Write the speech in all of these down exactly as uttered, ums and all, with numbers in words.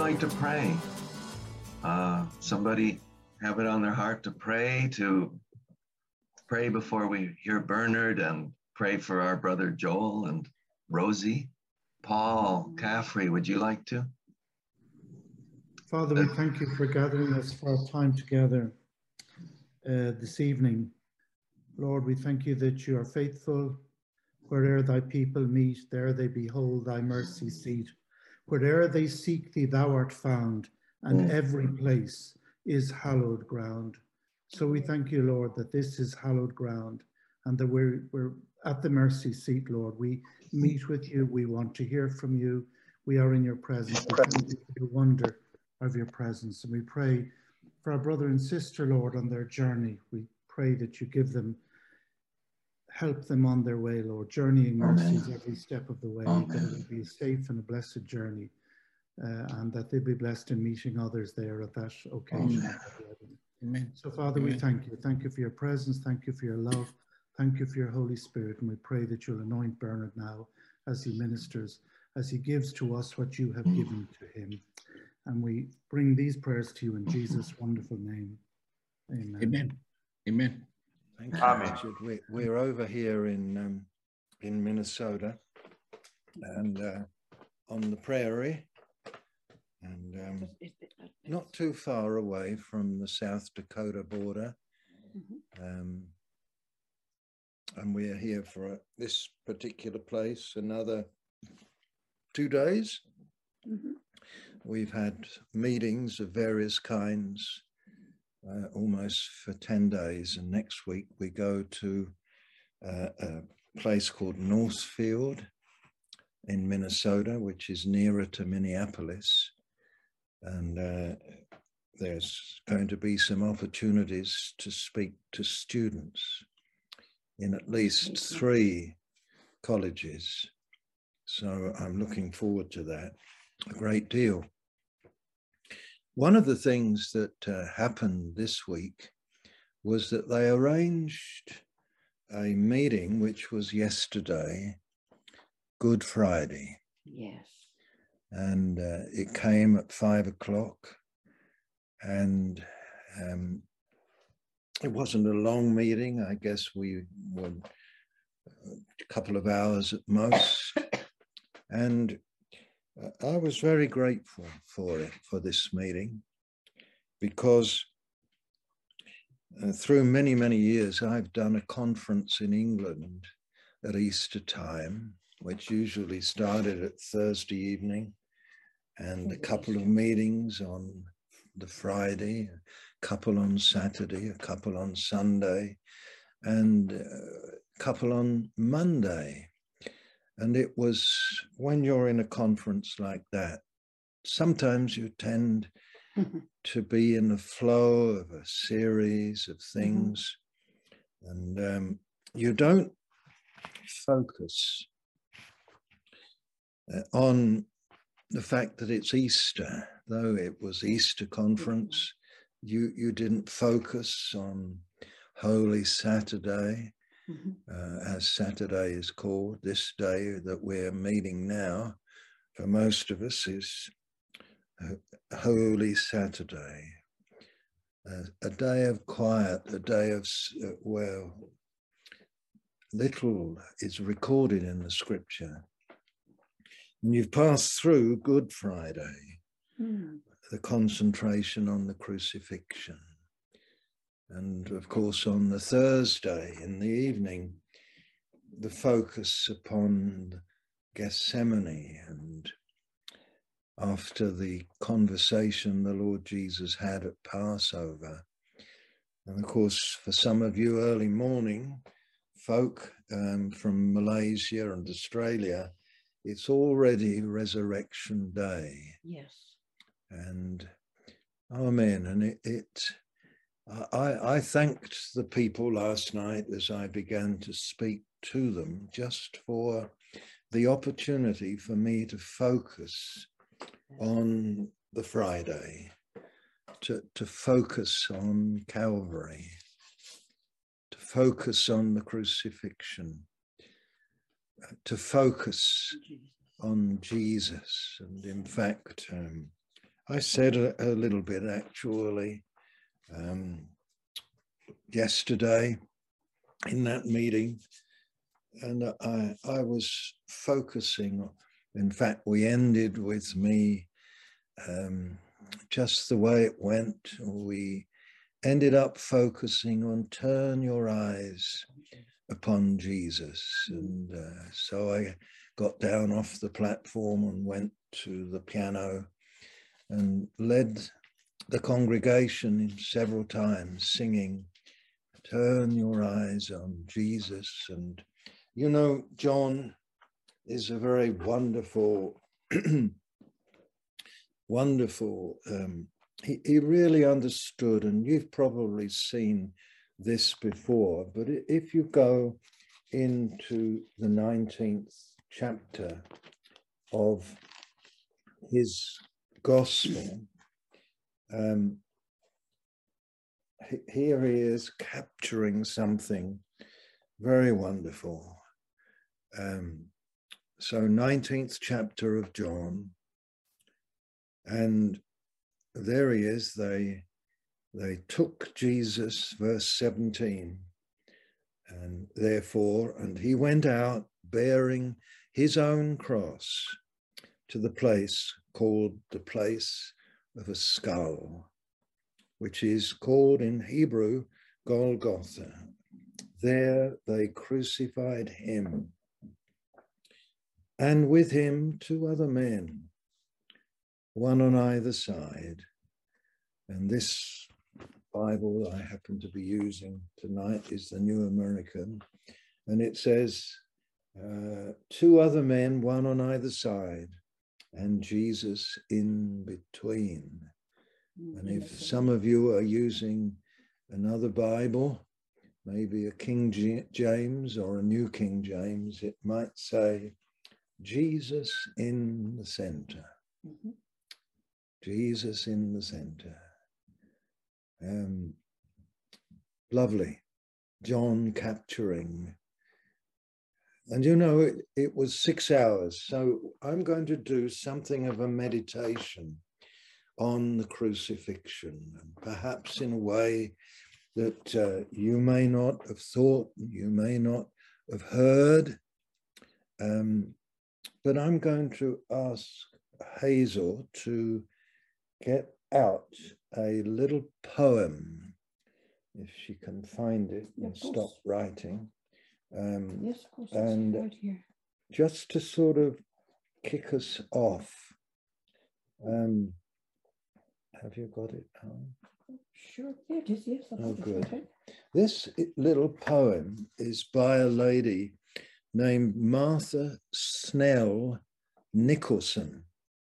like to pray? Uh, somebody have it on their heart to pray, to pray before we hear Bernard, and pray for our brother Joel and Rosie? Paul Caffrey, would you like to? Father, we thank you for gathering us for our time together uh, this evening. Lord, we thank you that you are faithful. Where'er thy people meet, there they behold thy mercy seat. Where'er they seek thee, thou art found, and Mm. every place is hallowed ground. So we thank you, Lord, that this is hallowed ground, and that we're, we're at the mercy seat, Lord. We meet with you. We want to hear from you. We are in your presence. We thank you for the wonder of your presence. And we pray for our brother and sister, Lord, on their journey. We pray that you give them, help them on their way, Lord, journeying mercies Amen. every step of the way, Amen. that it will be a safe and a blessed journey, uh, and that they'll be blessed in meeting others there at that occasion. Amen. Amen. So, Father, Amen. We thank you. Thank you for your presence. Thank you for your love. Thank you for your Holy Spirit. And we pray that you'll anoint Bernard now as he ministers, as he gives to us what you have given to him. And we bring these prayers to you in Jesus' wonderful name. Amen. Amen. Amen. Thank you, Amen. Richard. We, we're over here in um, in Minnesota, and uh, on the prairie, and um, not too far away from the South Dakota border. Mm-hmm. um, and we're here for uh, this particular place another two days. Mm-hmm. We've had meetings of various kinds uh, almost for ten days. And next week we go to uh, a place called Northfield in Minnesota, which is nearer to Minneapolis. And uh, there's going to be some opportunities to speak to students in at least three colleges. So I'm looking forward to that a great deal. One of the things that uh, happened this week was that they arranged a meeting, which was yesterday, Good Friday. Yes. And uh, it came at five o'clock, and um, it wasn't a long meeting. I guess we were a couple of hours at most. And I was very grateful for it, for this meeting, because uh, through many, many years, I've done a conference in England at Easter time, which usually started at Thursday evening, and a couple of meetings on the Friday, a couple on Saturday, a couple on Sunday, and a couple on Monday. And it was, when you're in a conference like that, sometimes you tend mm-hmm. to be in the flow of a series of things, mm-hmm. and um, you don't focus uh, on the fact that it's Easter. Though it was Easter conference, you, you didn't focus on Holy Saturday. Mm-hmm. Uh, as Saturday is called. This day that we're meeting now, for most of us, is uh, Holy Saturday, uh, a day of quiet, a day of uh, well, little is recorded in the scripture. And you've passed through Good Friday, mm. the concentration on the crucifixion. And of course, on the Thursday in the evening, the focus upon Gethsemane, and after the conversation the Lord Jesus had at Passover. And of course, for some of you early morning folk um, from Malaysia and Australia, it's already Resurrection Day. Yes. And amen. And it, it I, I thanked the people last night as I began to speak to them, just for the opportunity for me to focus on the Friday, to, to focus on Calvary, to focus on the crucifixion, to focus on Jesus. And in fact, um, I said a, a little bit actually um, yesterday in that meeting, and I, I was focusing. In fact, we ended with me um, just the way it went. We ended up focusing on turn your eyes upon Jesus. And uh, so I got down off the platform and went to the piano and led the congregation several times singing, turn your eyes on Jesus. And, you know, John is a very wonderful, wonderful, um, he, he really understood, and you've probably seen this before, but if you go into the nineteenth chapter of his gospel, um, here he is capturing something very wonderful. Um, so nineteenth chapter of John, and there he is. They, they took Jesus, verse seventeen, and therefore, and he went out bearing his own cross to the place called the place of a skull, which is called in Hebrew Golgotha. There they crucified him, and with him two other men, one on either side. And this Bible I happen to be using tonight is the New American, and it says, uh, two other men, one on either side, and Jesus in between. And if some of you are using another Bible, maybe a King James or a New King James, it might say, Jesus in the center. Mm-hmm. Jesus in the center. Um, lovely. John capturing. And you know, it, it was six hours. So I'm going to do something of a meditation on the crucifixion, and perhaps in a way that uh, you may not have thought, you may not have heard. Um, but I'm going to ask Hazel to get out a little poem, if she can find it, and stop writing. Um, yes, of course. And right here. Just to sort of kick us off. Um, have you got it, Alan? Sure, yeah, it is, yes. Oh, good. This little poem is by a lady named Martha Snell Nicholson.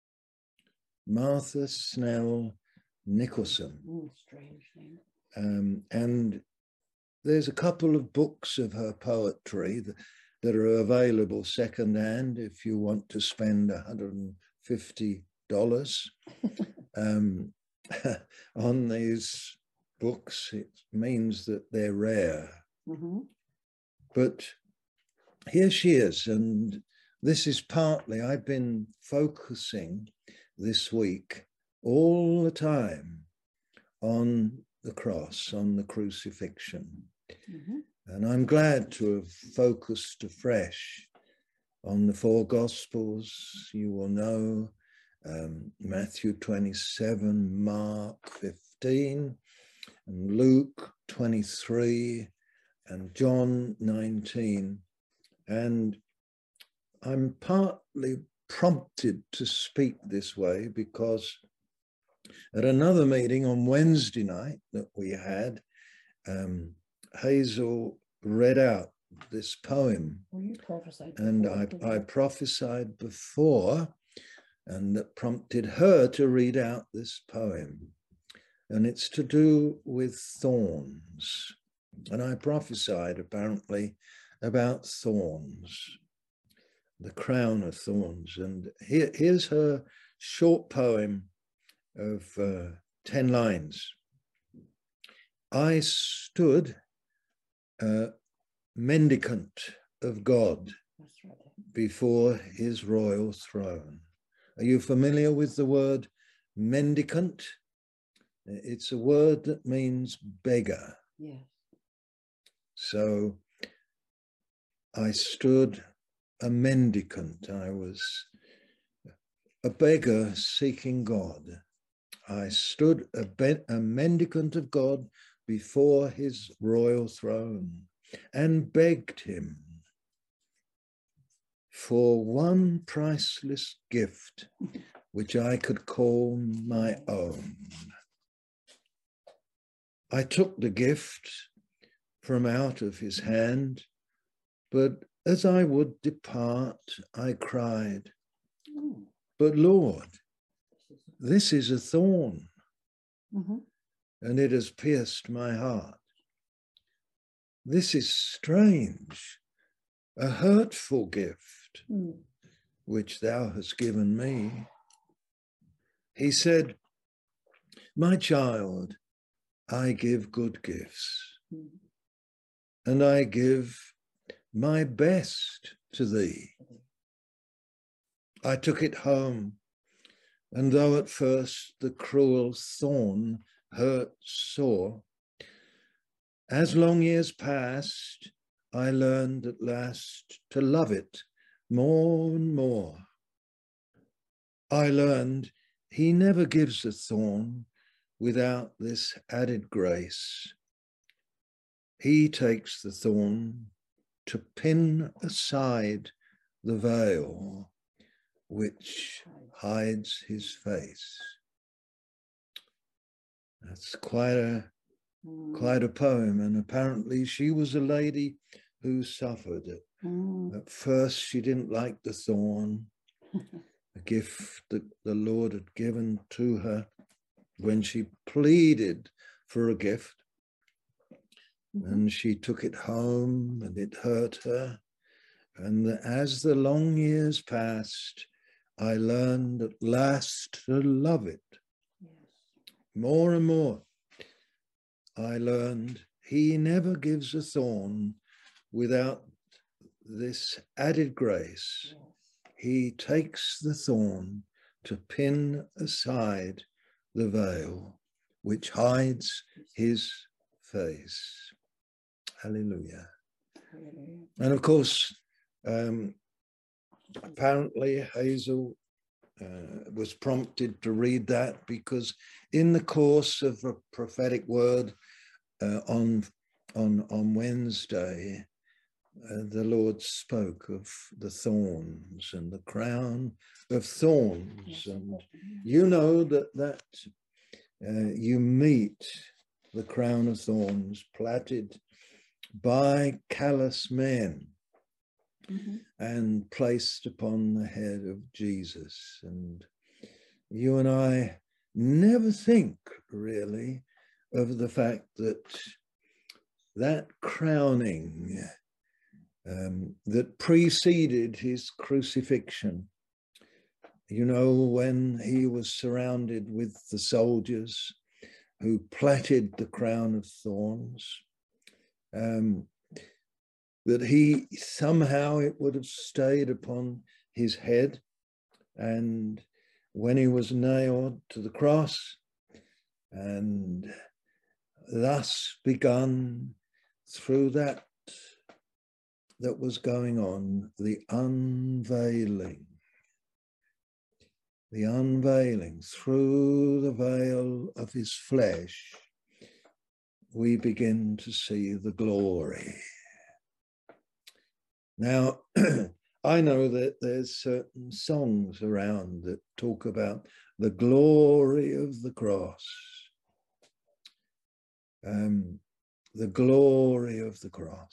Martha Snell Nicholson. Mm, strange name. Um, and there's a couple of books of her poetry that, that are available secondhand if you want to spend one hundred fifty dollars um, on these books. It means that they're rare. Mm-hmm. But here she is, and this is partly, I've been focusing this week all the time on the cross, on the crucifixion. Mm-hmm. And I'm glad to have focused afresh on the four Gospels. You will know um, Matthew twenty-seven, Mark fifteen, and Luke twenty-three, and John nineteen. And I'm partly prompted to speak this way because at another meeting on Wednesday night that we had, um, Hazel read out this poem. Well, you prophesied and before, I, I prophesied before, and that prompted her to read out this poem. And it's to do with thorns. And I prophesied apparently about thorns, the crown of thorns. And here, here's her short poem of uh, ten lines. I stood uh, mendicant of God before his royal throne. Are you familiar with the word mendicant. It's a word that means beggar. Yes. So I stood a mendicant. I was a beggar seeking God. I stood a, be- a mendicant of God before his royal throne and begged him for one priceless gift which I could call my own. I took the gift from out of his hand, but as I would depart, I cried, Mm. "But Lord, this is a thorn, Mm-hmm. and it has pierced my heart. This is strange, a hurtful gift, Mm. which thou hast given me." He said, "My child, I give good gifts, Mm. and I give my best to thee." I took it home, and though at first the cruel thorn hurt sore, as long years passed, I learned at last to love it more and more. I learned he never gives a thorn without this added grace. He takes the thorn to pin aside the veil which hides his face. That's quite a Mm. quite a poem, and apparently she was a lady who suffered it. Mm. At first she didn't like the thorn, a gift that the Lord had given to her when she pleaded for a gift. Mm-hmm. And she took it home, and it hurt her. And the, as the long years passed, I learned at last to love it Yes. more and more. I learned he never gives a thorn without this added grace. Yes. He takes the thorn to pin aside the veil which hides his face. Hallelujah. Hallelujah. And of course, um, apparently Hazel uh, was prompted to read that because in the course of a prophetic word uh, on, on, on Wednesday, uh, the Lord spoke of the thorns and the crown of thorns. Yes. And you know that, that uh, you meet the crown of thorns plaited by callous men. Mm-hmm. And placed upon the head of Jesus. And you and I never think really of the fact that that crowning um, that preceded his crucifixion, you know, when he was surrounded with the soldiers who plaited the crown of thorns, um, that he somehow it would have stayed upon his head. And when he was nailed to the cross, and thus begun through that that was going on, the unveiling, the unveiling through the veil of his flesh, we begin to see the glory. Now, I know that there's certain songs around that talk about the glory of the cross. Um, the glory of the cross.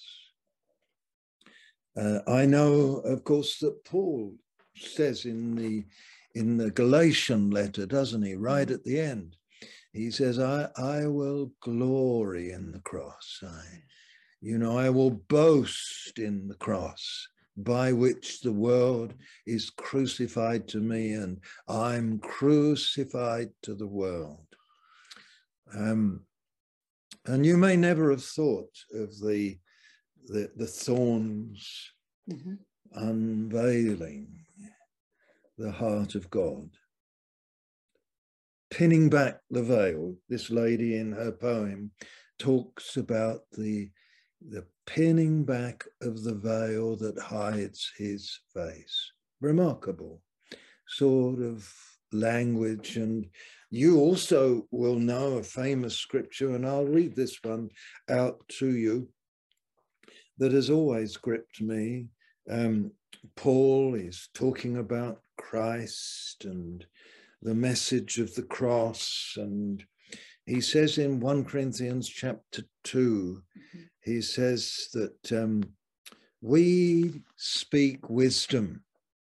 Uh, I know, of course, that Paul says in the in the Galatian letter, doesn't he? Right at the end, he says, "I I will glory in the cross. I, you know, I will boast in the cross, by which the world is crucified to me, and I'm crucified to the world." Um, and you may never have thought of the the, the thorns Mm-hmm. unveiling the heart of God. pinning back the veil. This lady in her poem talks about the, the pinning back of the veil that hides his face. Remarkable sort of language. And you also will know a famous scripture, and I'll read this one out to you, that has always gripped me. Um, Paul is talking about Christ and the message of the cross, and he says in First Corinthians chapter two, he says that um, we speak wisdom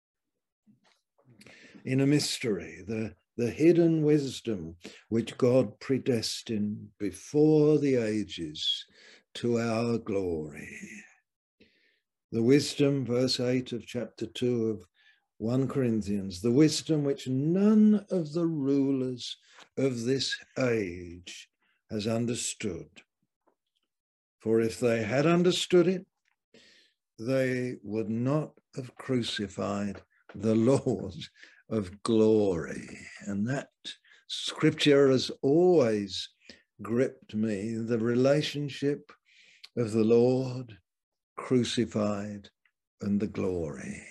in a mystery, the, the hidden wisdom which God predestined before the ages to our glory. The wisdom, verse eight of chapter two of First Corinthians, the wisdom which none of the rulers of this age has understood. For if they had understood it, they would not have crucified the Lord of glory. And that scripture has always gripped me, the relationship of the Lord crucified and the glory.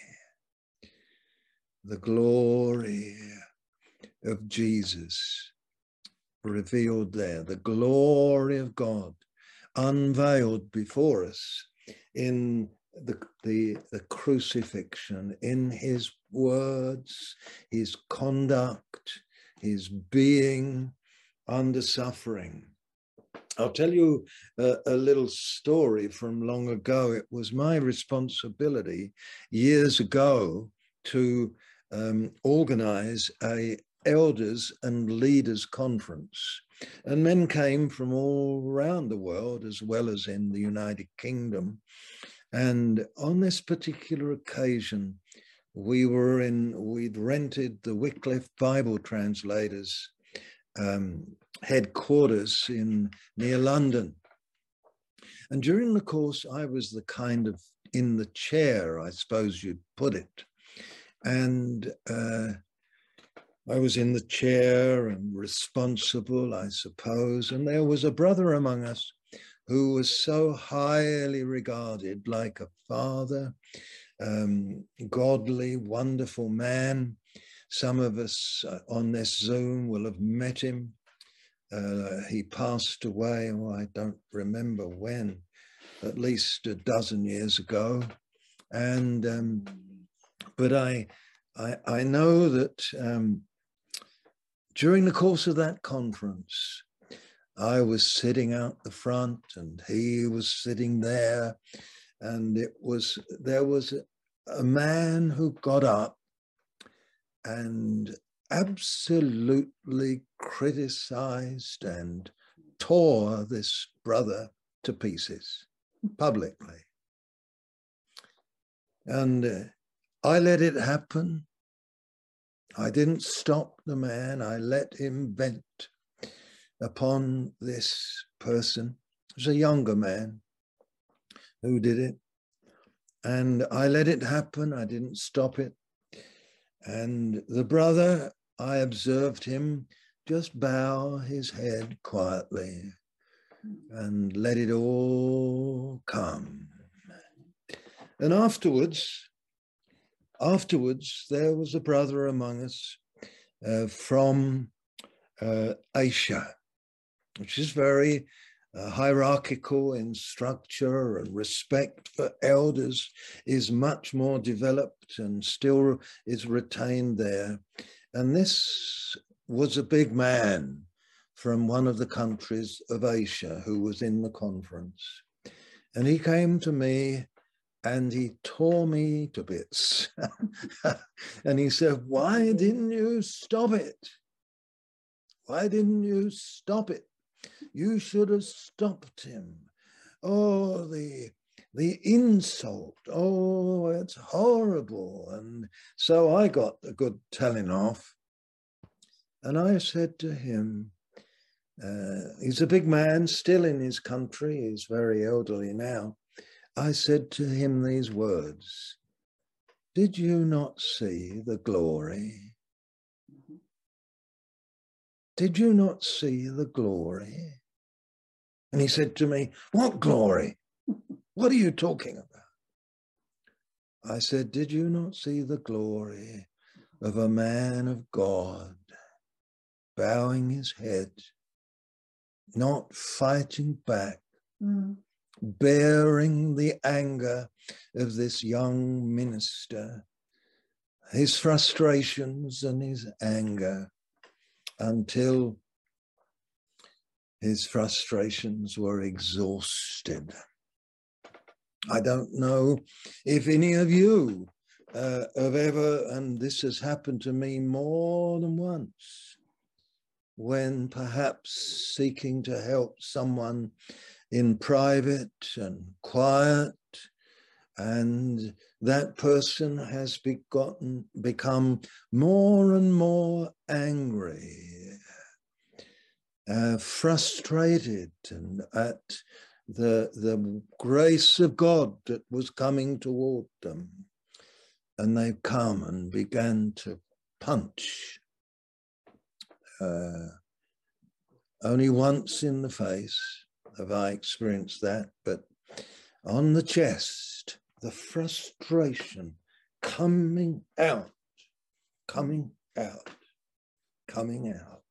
The glory of Jesus revealed there, the glory of God unveiled before us in the, the, the crucifixion, in his words, his conduct, his being under suffering. I'll tell you a, a little story from long ago. It was my responsibility years ago to um, organize a elders and leaders conference. And men came from all around the world, as well as in the United Kingdom. And on this particular occasion, we were in, we'd rented the Wycliffe Bible Translators um, headquarters in near London. And during the course, I was the kind of in the chair, I suppose you'd put it. And uh, I was in the chair and responsible, I suppose. And there was a brother among us who was so highly regarded, like a father, um, godly, wonderful man. Some of us uh, on this Zoom will have met him. Uh, he passed away, well, I don't remember when, at least a dozen years ago. And, um, but I, I, I know that um, during the course of that conference, I was sitting out the front and he was sitting there, and it was, there was a, a man who got up and absolutely criticized and tore this brother to pieces publicly. And uh, I let it happen. I didn't stop the man. I let him vent upon this person. It was a younger man who did it. And I let it happen. I didn't stop it. And the brother, I observed him just bow his head quietly and let it all come. And afterwards, afterwards, there was a brother among us uh, from uh, Asia, which is very uh, hierarchical in structure, and respect for elders is much more developed and still is retained there. And this was a big man from one of the countries of Asia who was in the conference. And he came to me and he tore me to bits. And he said, "Why didn't you stop it? Why didn't you stop it? You should have stopped him. Oh, the, the insult. Oh, it's horrible." And so I got a good telling off. And I said to him, uh, he's a big man still in his country. He's very elderly now. I said to him these words: "Did you not see the glory? did you not see the glory? And he said to me, what glory? What are you talking about? I said, did you not see the glory of a man of God bowing his head, not fighting back, Mm. bearing the anger of this young minister, his frustrations and his anger, until his frustrations were exhausted? I don't know if any of you uh, have ever, and this has happened to me more than once, when perhaps seeking to help someone in private and quiet, and that person has begotten, become more and more angry, uh, frustrated, and at the, the grace of God that was coming toward them. And they've come and began to punch. Uh, only once in the face have I experienced that, but on the chest, the frustration coming out, coming out, coming out.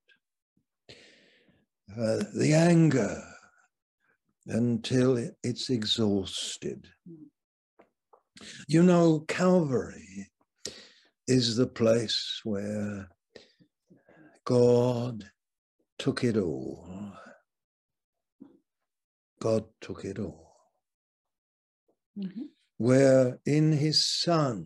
Uh, the anger until it, it's exhausted. You know, Calvary is the place where God took it all. God took it all. Mm-hmm. Where in his Son,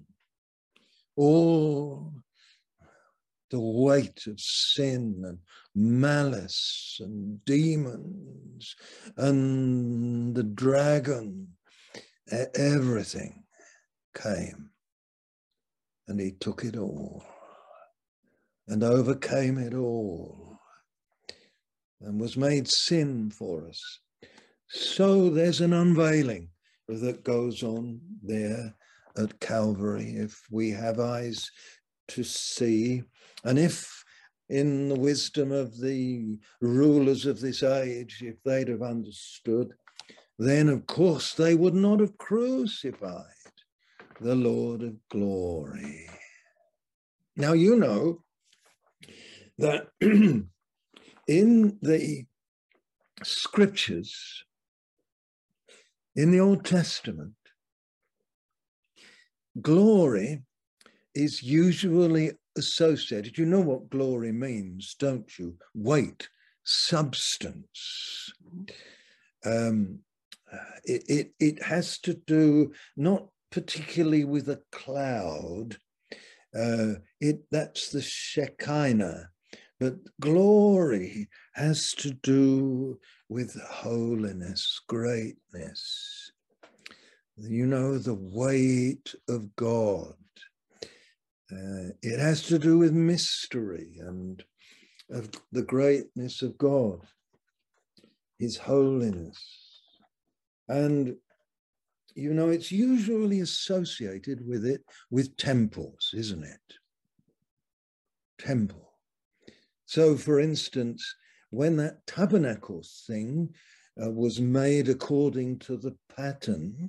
all the weight of sin and malice and demons and the dragon, everything came, and he took it all and overcame it all and was made sin for us. So there's an unveiling that goes on there at Calvary, if we have eyes to see. And if in the wisdom of the rulers of this age, if they'd have understood, then of course they would not have crucified the Lord of glory. Now, you know that in the scriptures, in the Old Testament, glory is usually associated. You know what glory means, don't you? Weight, substance. Um, it, it, it has to do not particularly with a cloud. Uh, it that's the Shekinah. But glory has to do with holiness, greatness. You know, the weight of God. Uh, it has to do with mystery and of the greatness of God, his holiness. And, you know, it's usually associated with it, with temples, isn't it? Temple. So, for instance, when that tabernacle thing uh, was made according to the pattern,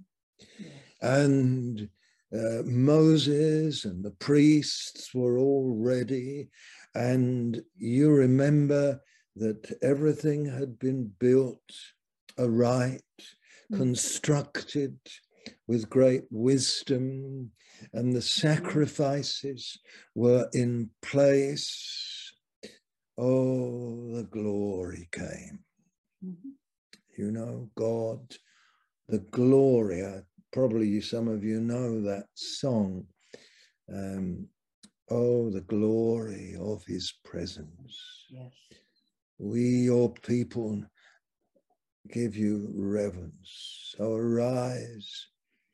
and uh, Moses and the priests were all ready, and you remember that everything had been built aright, mm. constructed with great wisdom, and the sacrifices were in place. Oh, the glory came. Mm-hmm. You know, God, the glory. Uh, probably some of you know that song. Um, oh, the glory of his presence. Yes. We, your people, give you reverence. So arise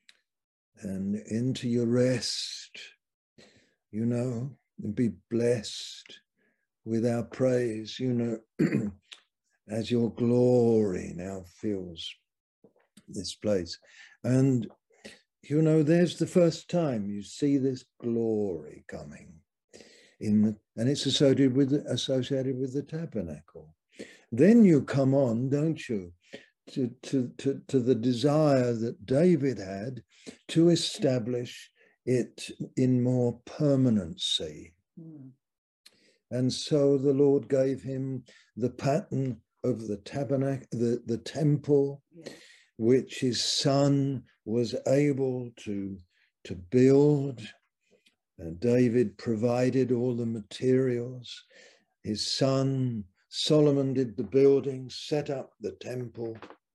and into your rest, you know, and be blessed with our praise, you know, as your glory now fills this place. And, you know, there's the first time you see this glory coming. in the, and it's associated with the, associated with the tabernacle. Then you come on, don't you, to, to, to, to the desire that David had to establish it in more permanency. Mm. And so the Lord gave him the pattern of the tabernacle, the, the temple, yes, which his son was able to, to build. And David provided all the materials. His son Solomon did the building, set up the temple.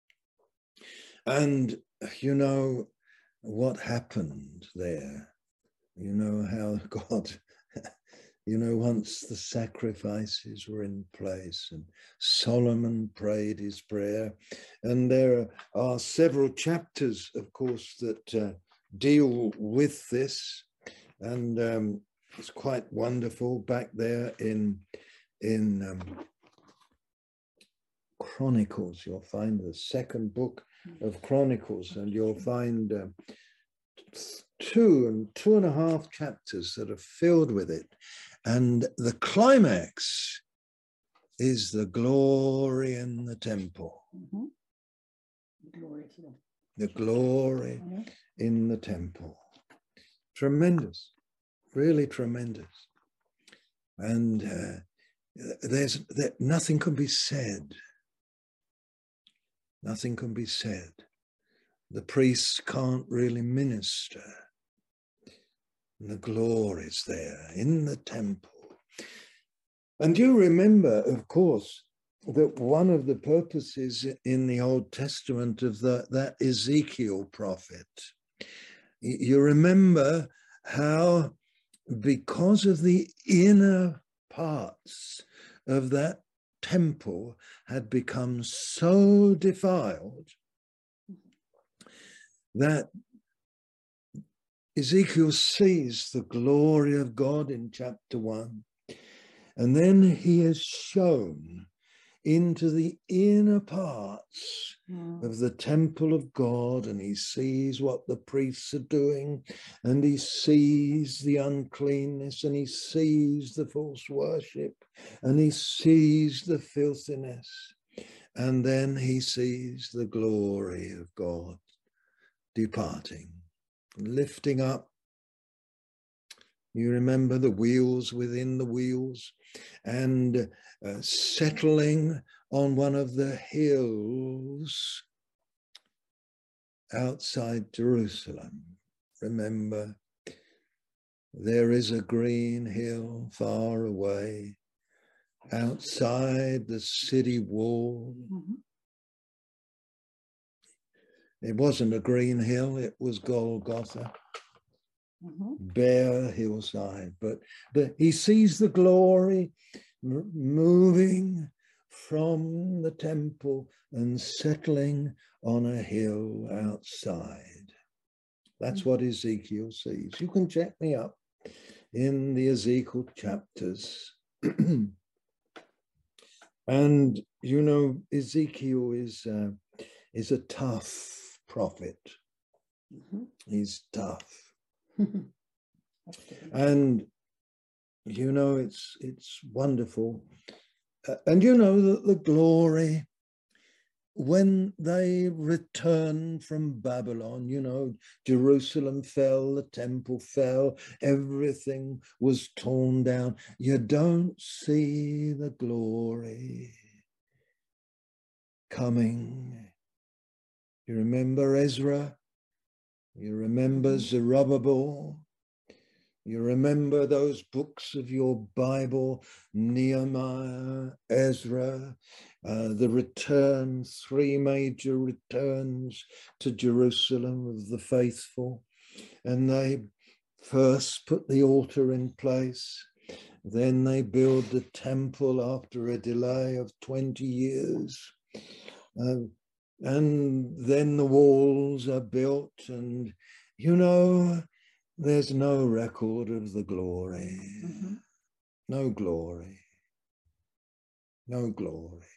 And you know what happened there? You know how God, you know, once the sacrifices were in place and Solomon prayed his prayer, and there are several chapters, of course, that uh, deal with this, and um, it's quite wonderful back there in, in um, Chronicles. You'll find the second book of Chronicles, and you'll find uh, two and two and a half chapters that are filled with it. And the climax is the glory in the temple. Mm-hmm. Glory to them. The glory mm-hmm. in the temple. Tremendous, really tremendous. And uh, there's there, nothing can be said. Nothing can be said. The priests can't really minister. And the glory is there in the temple. And you remember, of course, that one of the purposes in the Old Testament of the, that Ezekiel prophet, you remember how, because of the inner parts of that temple had become so defiled, that Ezekiel sees the glory of God in chapter one, and then he is shown into the inner parts mm. of the temple of God, and he sees what the priests are doing, and he sees the uncleanness, and he sees the false worship, and he sees the filthiness, and then he sees the glory of God departing, lifting up. You remember the wheels within the wheels, and uh, settling on one of the hills outside Jerusalem. Remember, there is a green hill far away outside the city wall. Mm-hmm. It wasn't a green hill, it was Golgotha. Mm-hmm. Bare hillside, but the, he sees the glory m- moving from the temple and settling on a hill outside. That's mm-hmm. what Ezekiel sees. You can check me up in the Ezekiel chapters. And, you know, Ezekiel is, uh, is a tough prophet. Mm-hmm. He's tough. And you know, it's it's wonderful. Uh, and you know that the glory, when they return from Babylon, you know, Jerusalem fell, the temple fell, everything was torn down. You don't see the glory coming. You remember Ezra? You remember Zerubbabel. You remember those books of your Bible, Nehemiah, Ezra, uh, the return, three major returns to Jerusalem of the faithful. And they first put the altar in place. Then they build the temple after a delay of twenty years. Uh, And then the walls are built, and, you know, there's no record of the glory. Mm-hmm. No glory. No glory.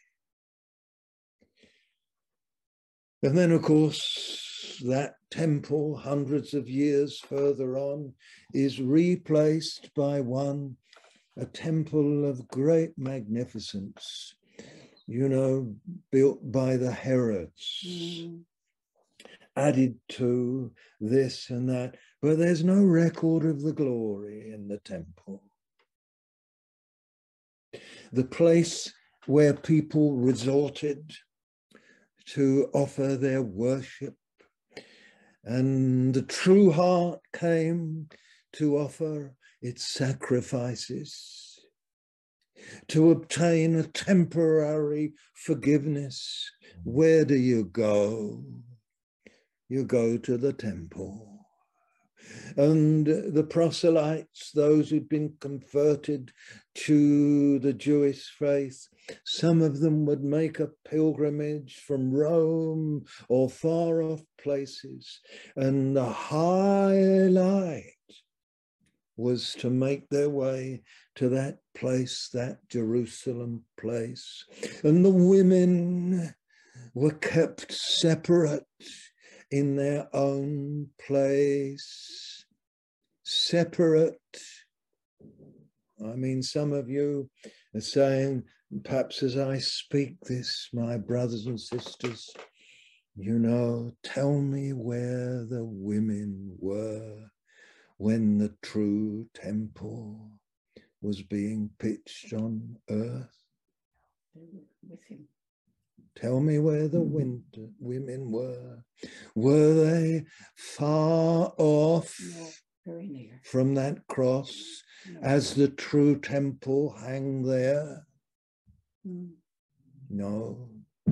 And then, of course, that temple, hundreds of years further on, is replaced by one a temple of great magnificence, you know, built by the Herods, mm. added to this and that, but there's no record of the glory in the temple. The place where people resorted to offer their worship, and the true heart came to offer its sacrifices, to obtain a temporary forgiveness. Where do you go? You go to the temple. And the proselytes, those who'd been converted to the Jewish faith, some of them would make a pilgrimage from Rome or far off places. And the highlight was to make their way to that place, that Jerusalem place. And the women were kept separate in their own place, separate. I mean, some of you are saying, perhaps as I speak this, my brothers and sisters, you know, tell me where the women were when the true temple was being pitched on earth. They were with him. Tell me where the winter women were. Were they far off No, very near. from that cross No. as the true temple hang there? Mm. No.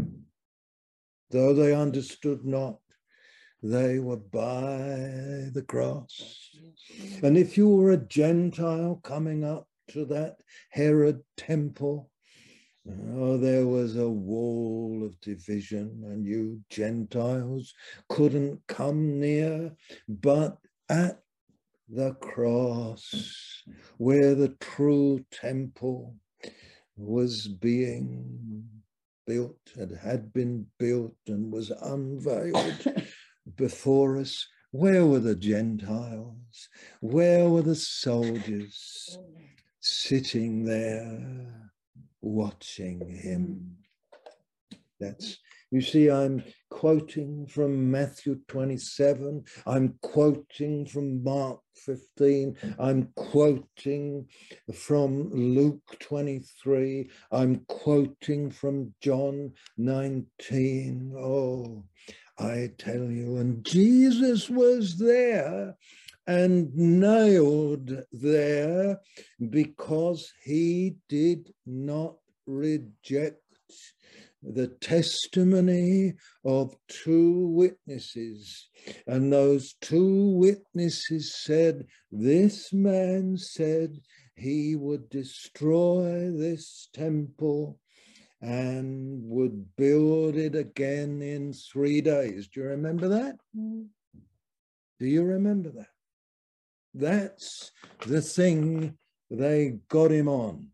Though they understood not, they were by the cross. Yes. And if you were a Gentile coming up to that Herod temple, oh, there was a wall of division, and you Gentiles couldn't come near. But at the cross, where the true temple was being built, it had been built and was unveiled before us, where were the Gentiles? Where were the soldiers sitting there watching him? That's, you see, I'm quoting from Matthew twenty-seven, I'm quoting from Mark fifteen, I'm quoting from Luke twenty-three, I'm quoting from John nineteen. Oh, I tell you, and Jesus was there and nailed there because he did not reject the testimony of two witnesses. And those two witnesses said, this man said he would destroy this temple and would build it again in three days. Do you remember that? Mm. Do you remember that? That's the thing they got him on.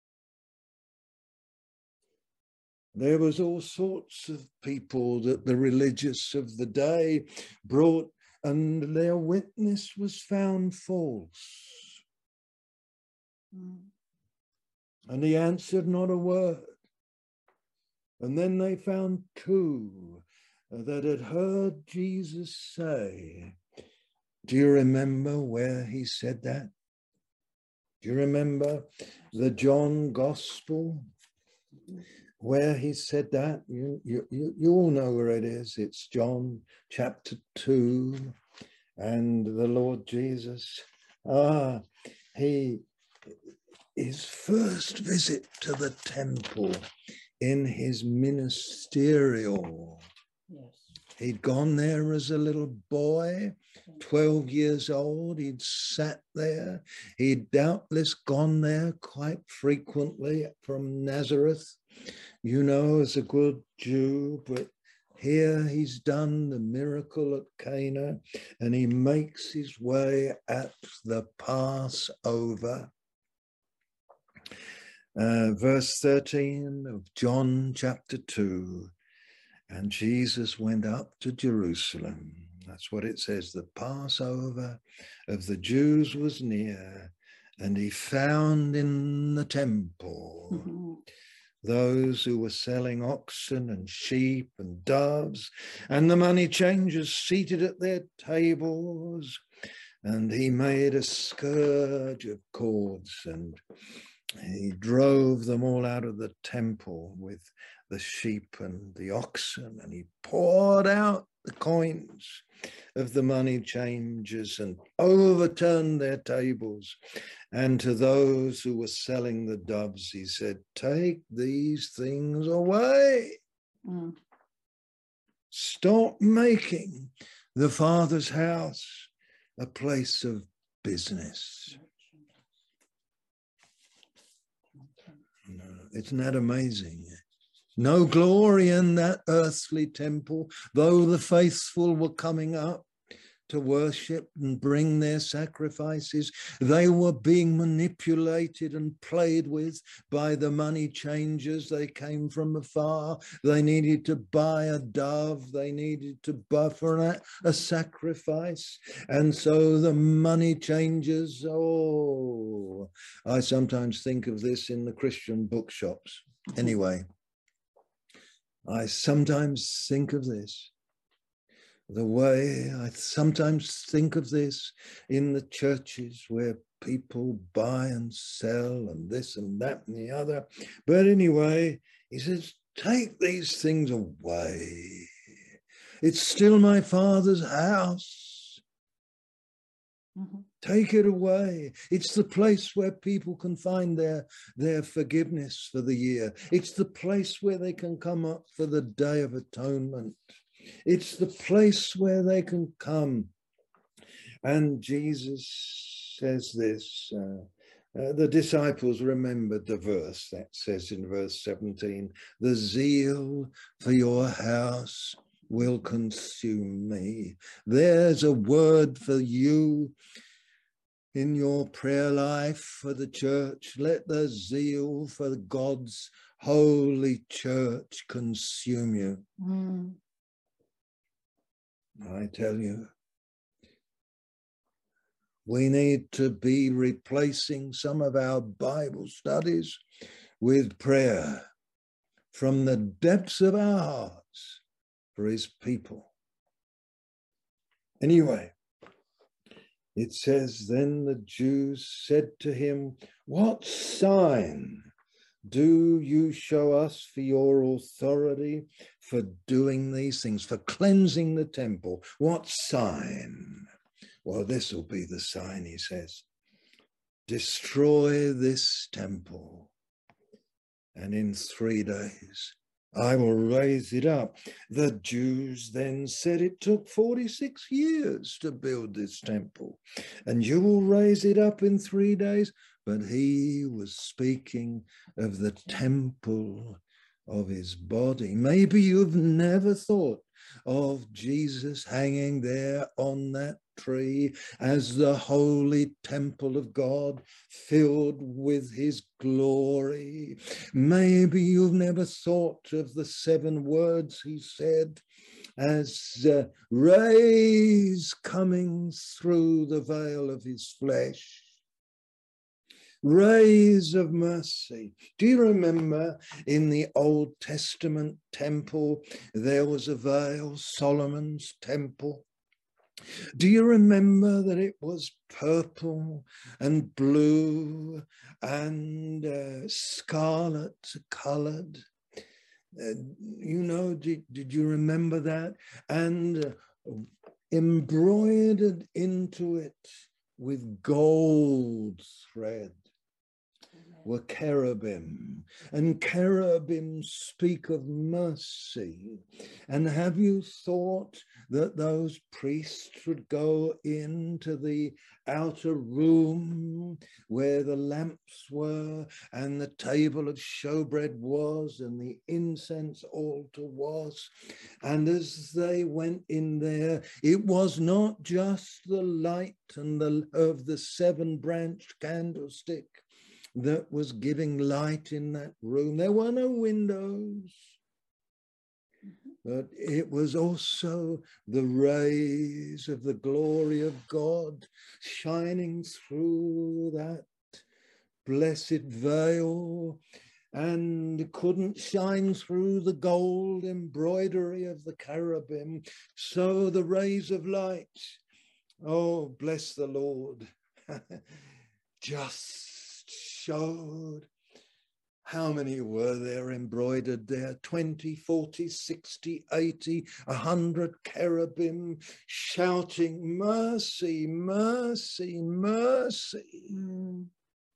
There was all sorts of people that the religious of the day brought, and their witness was found false. Mm. And he answered not a word. And then they found two that had heard Jesus say, do you remember where he said that? Do you remember the John Gospel where he said that? You, you, you, you all know where it is. It's John chapter two. And the Lord Jesus, ah, he, his first visit to the temple in his ministerial. Yes. He'd gone there as a little boy, twelve years old. He'd sat there. He'd doubtless gone there quite frequently from Nazareth, you know, as a good Jew. But here he's done the miracle at Cana, and he makes his way at the Passover. Uh, verse thirteen of John chapter two. And Jesus went up to Jerusalem. That's what it says. The Passover of the Jews was near, And he found in the temple Mhm. those who were selling oxen and sheep and doves, and the money changers seated at their tables. And he made a scourge of cords, and he drove them all out of the temple with the sheep and the oxen, and he poured out the coins of the money changers and overturned their tables. And to those who were selling the doves, he said, take these things away. Mm. Stop making the Father's house a place of business. No, isn't that amazing? No glory in that earthly temple, though the faithful were coming up to worship and bring their sacrifices. They were being manipulated and played with by the money changers. They came from afar. They needed to buy a dove. They needed to buy for a, a sacrifice. And so the money changers, oh, I sometimes think of this in the Christian bookshops. Anyway, I sometimes think of this. The way I sometimes think of this in the churches where people buy and sell and this and that and the other. But anyway, he says, take these things away. It's still my Father's house. Mm-hmm. Take it away. It's the place where people can find their, their forgiveness for the year. It's the place where they can come up for the Day of Atonement. It's the place where they can come. And Jesus says this, uh, uh, the disciples remembered the verse that says in verse seventeen, the zeal for your house will consume me. There's a word for you in your prayer life for the church. Let the zeal for God's holy church consume you. Mm. I tell you, we need to be replacing some of our Bible studies with prayer from the depths of our hearts for his people. Anyway, it says, then the Jews said to him, what sign do you show us for your authority for doing these things, for cleansing the temple? What sign? Well, this will be the sign, he says. Destroy this temple, and in three days I will raise it up. The Jews then said it took forty-six years to build this temple, and you will raise it up in three days. But he was speaking of the temple of his body. Maybe you've never thought of Jesus hanging there on that tree as the holy temple of God filled with his glory. Maybe you've never thought of the seven words he said as uh, rays coming through the veil of his flesh. Rays of mercy. Do you remember in the Old Testament temple, there was a veil, Solomon's temple? Do you remember that it was purple and blue and uh, scarlet colored? Uh, you know, did, did you remember that? And uh, embroidered into it with gold thread were cherubim, and cherubim speak of mercy. And have you thought that those priests would go into the outer room where the lamps were and the table of showbread was and the incense altar was? And as they went in there, it was not just the light and the of the seven-branched candlestick that was giving light in that room. There were no windows, but it was also the rays of the glory of God shining through that blessed veil, and couldn't shine through the gold embroidery of the cherubim. So the rays of light, oh, bless the Lord, just showed. How many were there embroidered there? twenty, forty, sixty, eighty, a hundred cherubim shouting, mercy, mercy, mercy. Mm.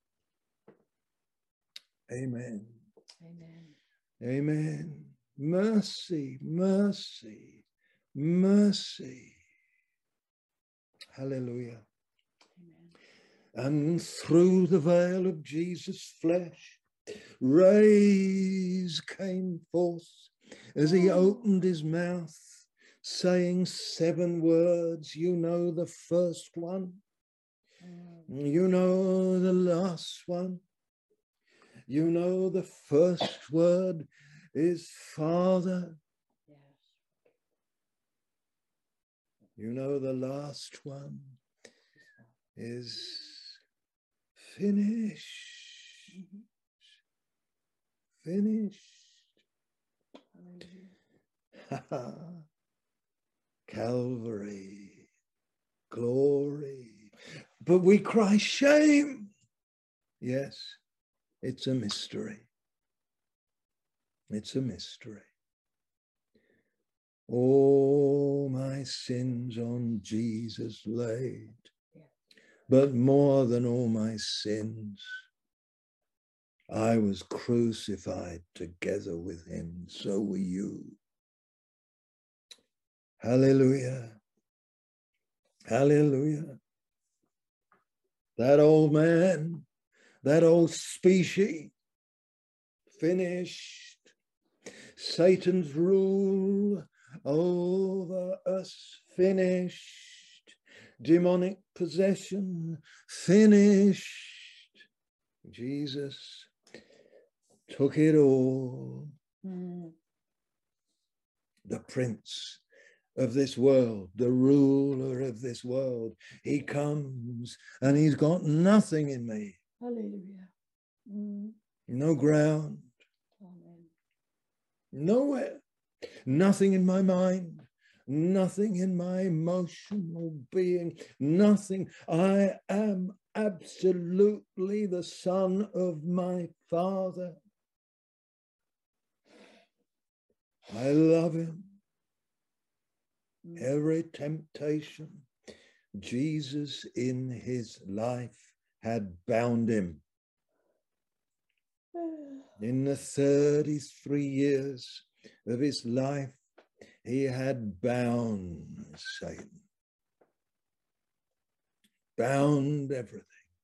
Amen. Amen. Amen. Mercy, mercy, mercy. Hallelujah. Amen. And through the veil of Jesus' flesh, rays came forth as he opened his mouth, saying seven words. You know the first one. Mm. You know the last one. You know the first word is Father. Yes. You know the last one is finished. Mhm. Finished. Hallelujah. Calvary, glory. But we cry shame. Yes, it's a mystery. It's a mystery. All my sins on Jesus laid, Yeah. but more than all my sins, I was crucified together with him. So were you. Hallelujah. Hallelujah. That old man, that old species, finished. Satan's rule over us, finished. Demonic possession, finished. Jesus took it all. Mm. The prince of this world, the ruler of this world, he comes and he's got nothing in me. Hallelujah. Mm. No ground, Amen. nowhere, nothing in my mind, nothing in my emotional being, nothing. I am absolutely the son of my Father. I love him. Mm. Every temptation, Jesus in his life had bound him. In the thirty-three years of his life, he had bound Satan, bound everything.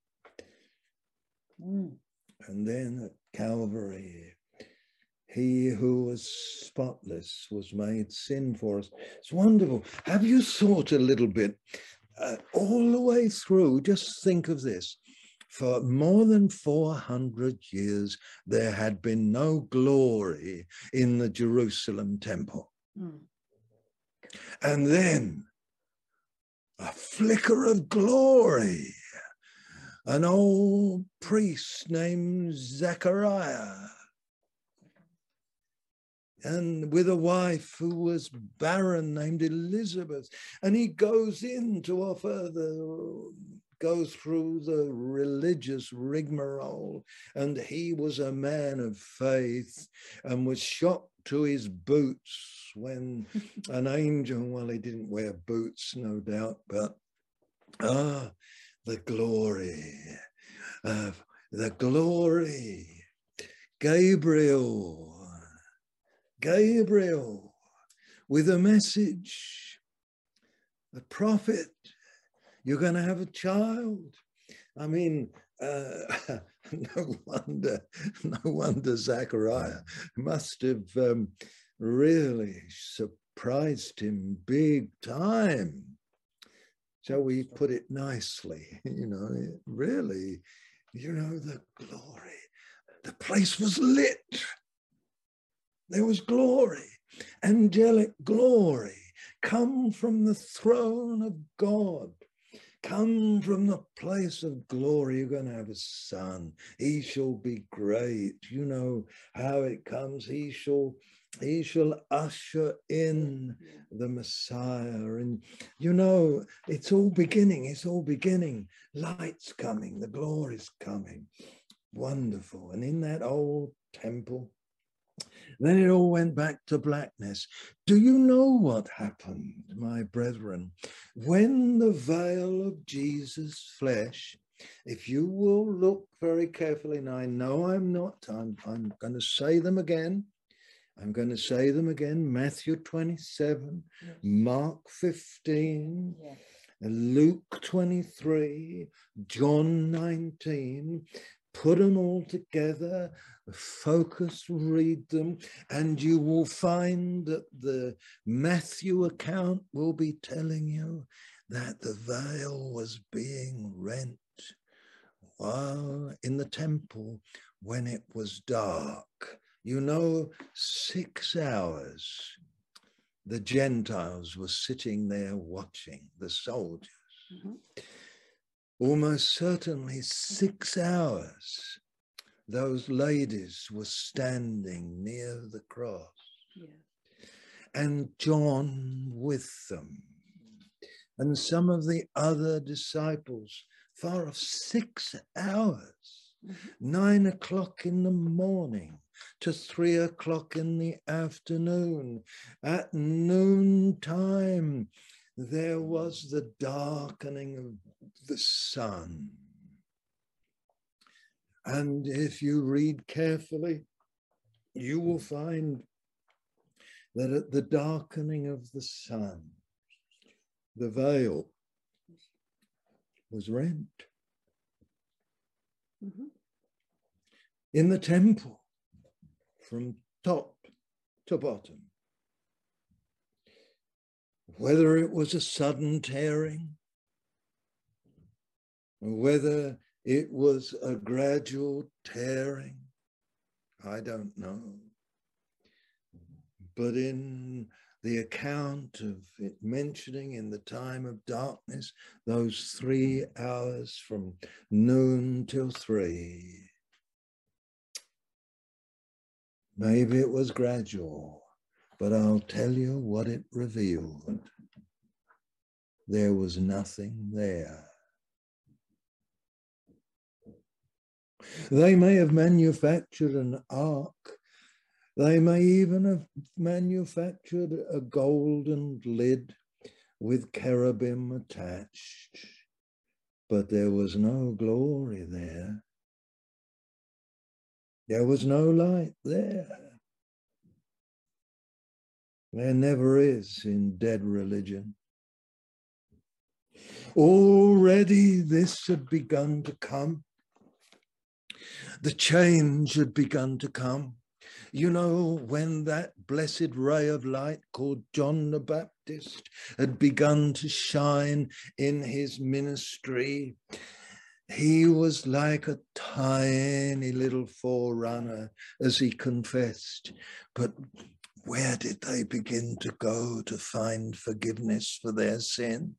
Mm. And then at Calvary, he who was spotless was made sin for us. It's wonderful. Have you thought a little bit uh, all the way through? Just think of this. For more than four hundred years, there had been no glory in the Jerusalem temple. Mm. And then a flicker of glory. An old priest named Zechariah, and with a wife who was barren named Elizabeth. And he goes in to offer the, go through the religious rigmarole. And he was a man of faith and was shocked to his boots when an angel, well, he didn't wear boots, no doubt, but ah, the glory of the glory. Gabriel. Gabriel with a message, a prophet, you're going to have a child. I mean, uh, no wonder, no wonder Zechariah must have um, really surprised him big time. Shall we put it nicely? You know, really, you know, the glory, the place was lit. There was glory, angelic glory, come from the throne of God, come from the place of glory. You're going to have a son. He shall be great. You know how it comes. He shall, he shall usher in the Messiah. And you know, it's all beginning. It's all beginning. Light's coming. The glory's coming. Wonderful. And in that old temple, then it all went back to blackness. Do you know what happened, my brethren? When the veil of Jesus' flesh, if you will look very carefully, and I know I'm not, I'm, I'm going to say them again. I'm going to say them again. Matthew twenty-seven, yes. Mark fifteen, yes. Luke twenty-three, John nineteen. Put them all together, focus, read them, and you will find that the Matthew account will be telling you that the veil was being rent while in the temple when it was dark. You know, six hours, the Gentiles were sitting there watching, the soldiers. Mm-hmm. Almost certainly six hours, those ladies were standing near the cross, yeah. And John with them, and some of the other disciples, far off, six hours, mm-hmm. nine o'clock in the morning to three o'clock in the afternoon. At noontime, there was the darkening of the sun. And if you read carefully, you will find that at the darkening of the sun, the veil was rent. Mm-hmm. In the temple, from top to bottom. Whether it was a sudden tearing, or whether it was a gradual tearing, I don't know. But in the account of it mentioning in the time of darkness, those three hours from noon till three, maybe it was gradual. But I'll tell you what it revealed. There was nothing there. They may have manufactured an ark. They may even have manufactured a golden lid with cherubim attached. But there was no glory there. There was no light there. There never is in dead religion. Already this had begun to come. The change had begun to come. You know, when that blessed ray of light called John the Baptist had begun to shine in his ministry, he was like a tiny little forerunner, as he confessed. But where did they begin to go to find forgiveness for their sin?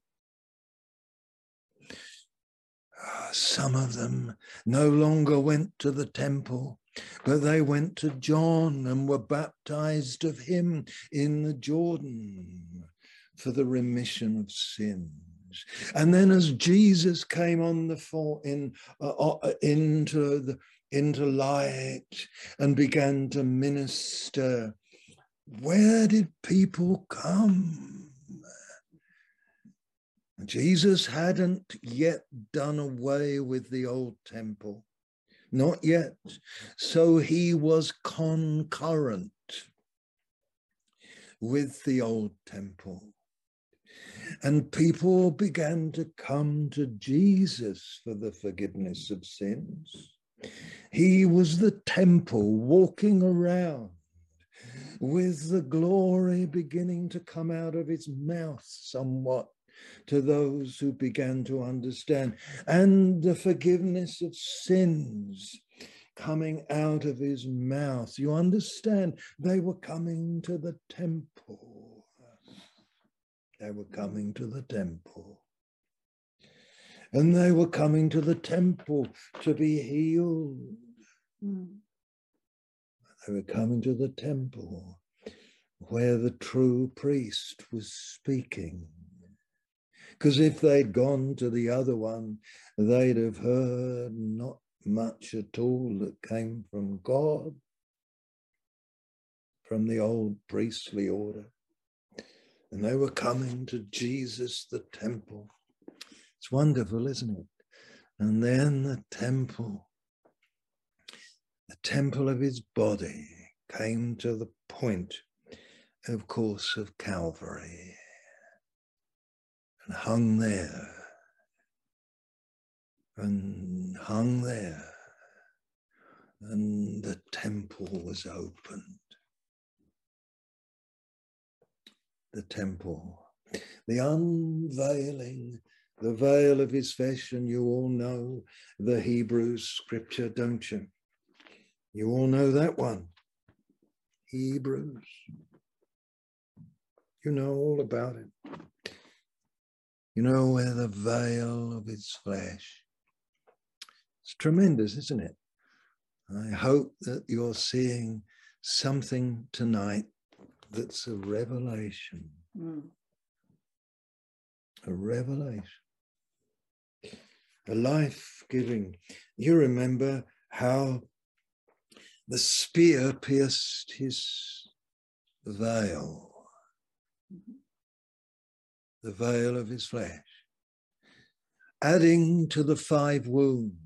Some of them no longer went to the temple, but they went to John and were baptized of him in the Jordan for the remission of sins. And then as Jesus came on the for, in uh, into the into light and began to minister, where did people come? Jesus hadn't yet done away with the old temple, not yet. So he was concurrent with the old temple. And people began to come to Jesus for the forgiveness of sins. He was the temple walking around with the glory beginning to come out of his mouth somewhat to those who began to understand, and the forgiveness of sins coming out of his mouth. You understand? They were coming to the temple. They were coming to the temple. And they were coming to the temple to be healed. Mm. They were coming to the temple where the true priest was speaking. Because if they'd gone to the other one, they'd have heard not much at all that came from God, from the old priestly order. And they were coming to Jesus, the temple. It's wonderful, isn't it? And then the temple, the temple of his body came to the point, of course, of Calvary and hung there and hung there, and the temple was opened. The temple, the unveiling, the veil of his flesh, and you all know the Hebrews scripture, don't you? You all know that one. Hebrews. You know all about it. You know where the veil of his flesh. It's tremendous, isn't it? I hope that you're seeing something tonight that's a revelation. Mm. A revelation. A life-giving. You remember how the spear pierced his veil. The veil of his flesh. Adding to the five wounds.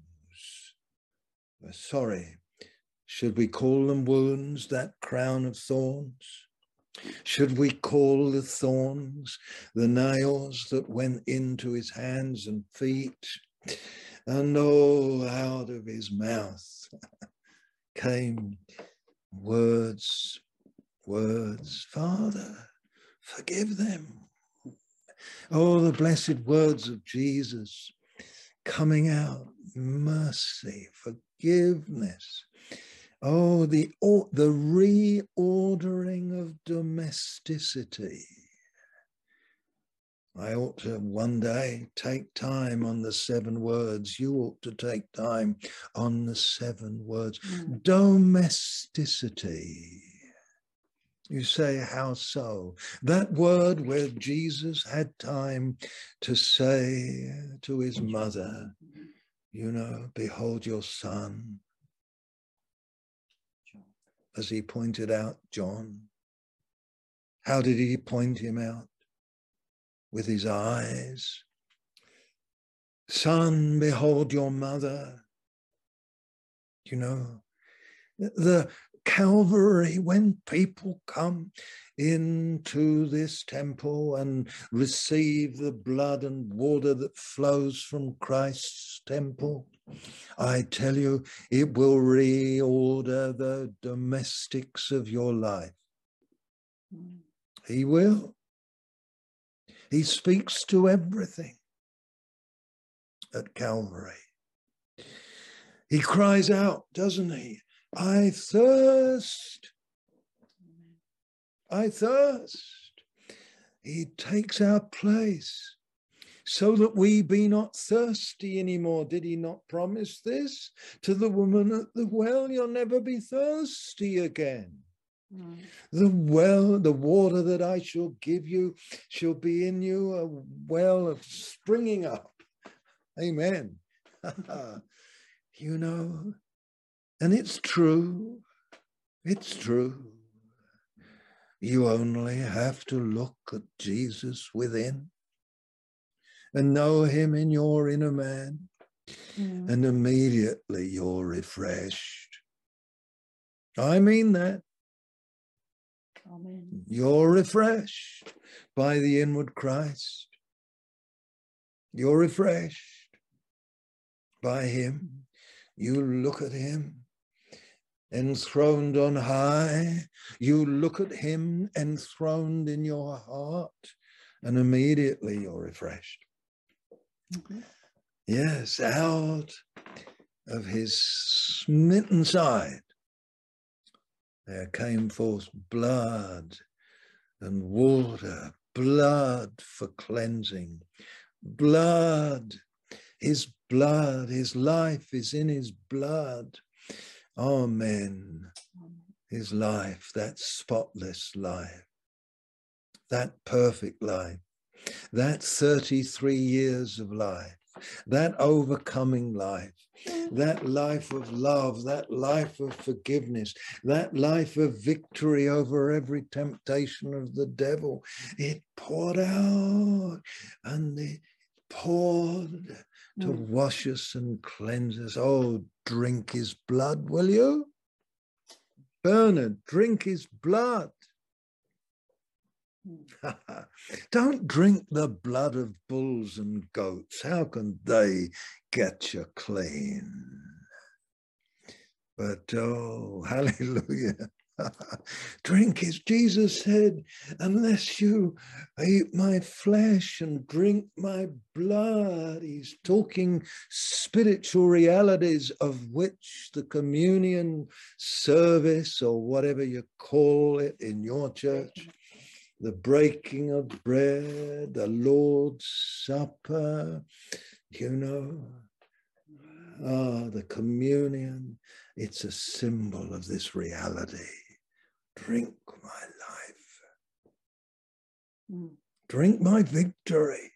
Sorry, should we call them wounds, that crown of thorns? Should we call the thorns the nails that went into his hands and feet? And oh, out of his mouth came words, words, Father, forgive them. Oh, the blessed words of Jesus coming out, mercy, forgiveness. Oh, the, the reordering of domesticity. I ought to one day take time on the seven words. You ought to take time on the seven words. Mm. Domesticity. You say, how so? That word where Jesus had time to say to his mother, you know, behold your son. As he pointed out John. How did he point him out? With his eyes. Son, behold your mother. You know, the Calvary, when people come into this temple and receive the blood and water that flows from Christ's temple, I tell you, it will reorder the domestics of your life. He will. He speaks to everything at Calvary. He cries out, doesn't he? I thirst. I thirst. He takes our place so that we be not thirsty anymore. Did he not promise this to the woman at the well? You'll never be thirsty again. Mm. The well, the water that I shall give you shall be in you a well of springing up. Amen. You know, and it's true. It's true. You only have to look at Jesus within and know him in your inner man, mm. and immediately you're refreshed. I mean that. Amen. You're refreshed by the inward Christ. You're refreshed by him. You look at him enthroned on high. You look at him enthroned in your heart, and immediately you're refreshed. Mm-hmm. Yes, out of his smitten side there came forth blood and water, blood for cleansing, blood His blood, his life is in his blood. Amen. His life, that spotless life, that perfect life, that thirty-three years of life, that overcoming life, that life of love, that life of forgiveness, that life of victory over every temptation of the devil. It poured out and it poured to Mm. wash us and cleanse us. Oh, drink his blood, will you? Bernard, drink his blood. Don't drink the blood of bulls and goats. How can they get you clean? But oh, hallelujah. Drink, as Jesus said, unless you eat my flesh and drink my blood. He's talking spiritual realities of which the communion service, or whatever you call it in your church, the breaking of bread, the Lord's Supper, you know, ah, the communion, it's a symbol of this reality. Drink my life. Mm. Drink my victory.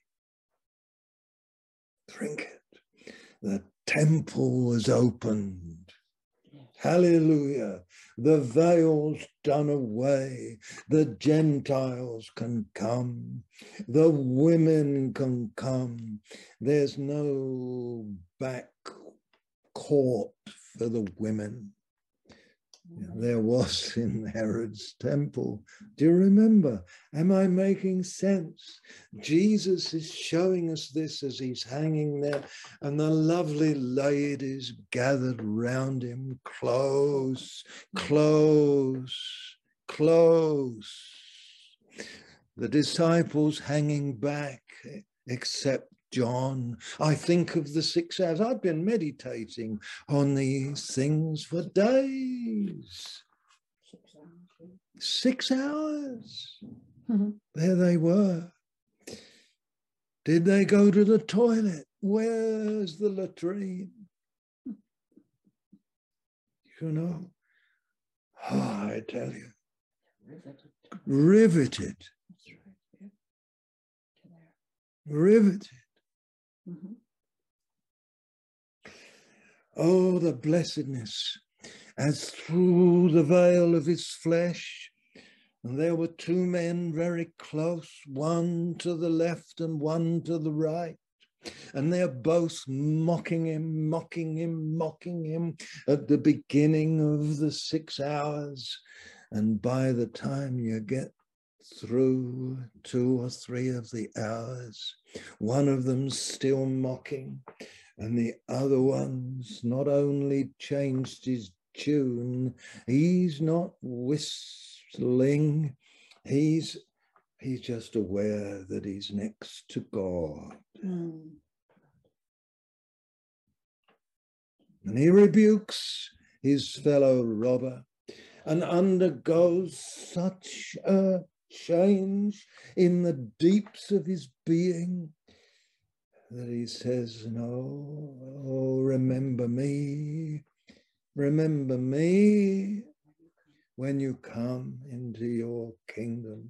Drink it. The temple was opened. Hallelujah. The veil's done away. The Gentiles can come. The women can come. There's no back court for the women. There was in Herod's temple. Do you remember? Am I making sense? Jesus is showing us this as he's hanging there, and the lovely ladies gathered round him, close, close, close. The disciples hanging back, except John. I think of the six hours. I've been meditating on these things for days. Six hours. Six hours. Mm-hmm. There they were. Did they go to the toilet? Where's the latrine? You know, oh, I tell you, Riveted. riveted, That's right. Yeah. To there. riveted. Mm-hmm. Oh, the blessedness as through the veil of his flesh. And there were two men very close, one to the left and one to the right. And they're both mocking him, mocking him, mocking him at the beginning of the six hours. And by the time you get through two or three of the hours, one of them's still mocking, and the other one's not only changed his tune, he's not whistling, he's he's just aware that he's next to God. Mm. And he rebukes his fellow robber and undergoes such a change in the deeps of his being that he says, no, oh, remember me, remember me when you come into your kingdom.